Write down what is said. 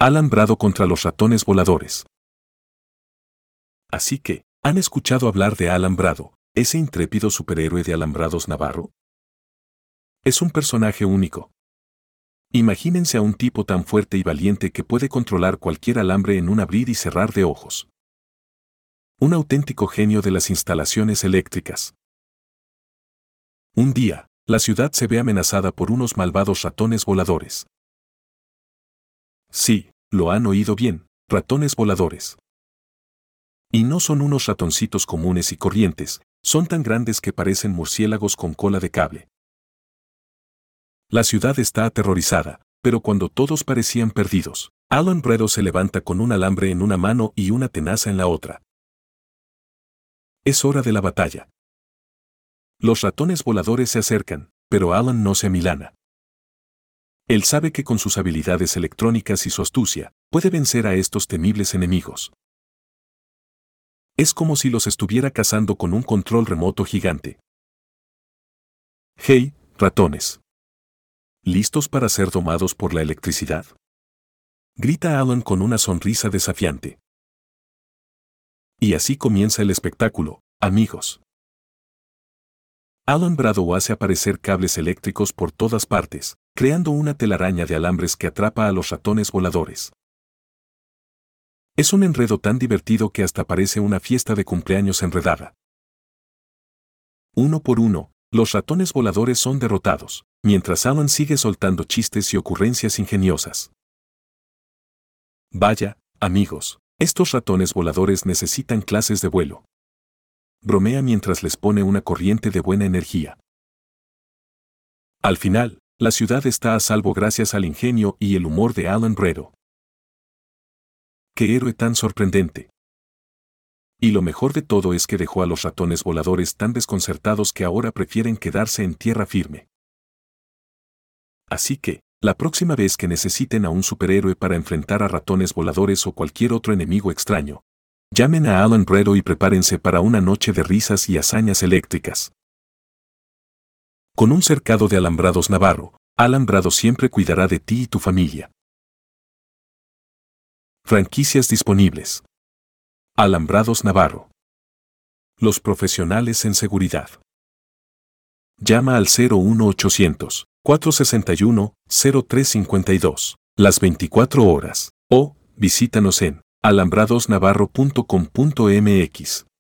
Alambrado contra los ratones voladores. Así que, ¿han escuchado hablar de Alambrado, ese intrépido superhéroe de Alambrados Navarro? Es un personaje único. Imagínense a un tipo tan fuerte y valiente que puede controlar cualquier alambre en un abrir y cerrar de ojos. Un auténtico genio de las instalaciones eléctricas. Un día, la ciudad se ve amenazada por unos malvados ratones voladores. Sí, lo han oído bien, ratones voladores. Y no son unos ratoncitos comunes y corrientes, son tan grandes que parecen murciélagos con cola de cable. La ciudad está aterrorizada, pero cuando todos parecían perdidos, Alambrado se levanta con un alambre en una mano y una tenaza en la otra. Es hora de la batalla. Los ratones voladores se acercan, pero Alan no se amilana. Él sabe que con sus habilidades electrónicas y su astucia, puede vencer a estos temibles enemigos. Es como si los estuviera cazando con un control remoto gigante. ¡Hey, ratones! ¿Listos para ser domados por la electricidad? Grita Alan con una sonrisa desafiante. Y así comienza el espectáculo, amigos. Alambrado hace aparecer cables eléctricos por todas partes, creando una telaraña de alambres que atrapa a los ratones voladores. Es un enredo tan divertido que hasta parece una fiesta de cumpleaños enredada. Uno por uno, los ratones voladores son derrotados, mientras Alan sigue soltando chistes y ocurrencias ingeniosas. Vaya, amigos, estos ratones voladores necesitan clases de vuelo. Bromea mientras les pone una corriente de buena energía. Al final, la ciudad está a salvo gracias al ingenio y el humor de Alambrado. ¡Qué héroe tan sorprendente! Y lo mejor de todo es que dejó a los ratones voladores tan desconcertados que ahora prefieren quedarse en tierra firme. Así que, la próxima vez que necesiten a un superhéroe para enfrentar a ratones voladores o cualquier otro enemigo extraño, llamen a Alambrado y prepárense para una noche de risas y hazañas eléctricas. Con un cercado de Alambrados Navarro, Alambrado siempre cuidará de ti y tu familia. Franquicias disponibles. Alambrados Navarro. Los profesionales en seguridad. Llama al 01800 461 0352 las 24 horas o visítanos en alambradosnavarro.com.mx.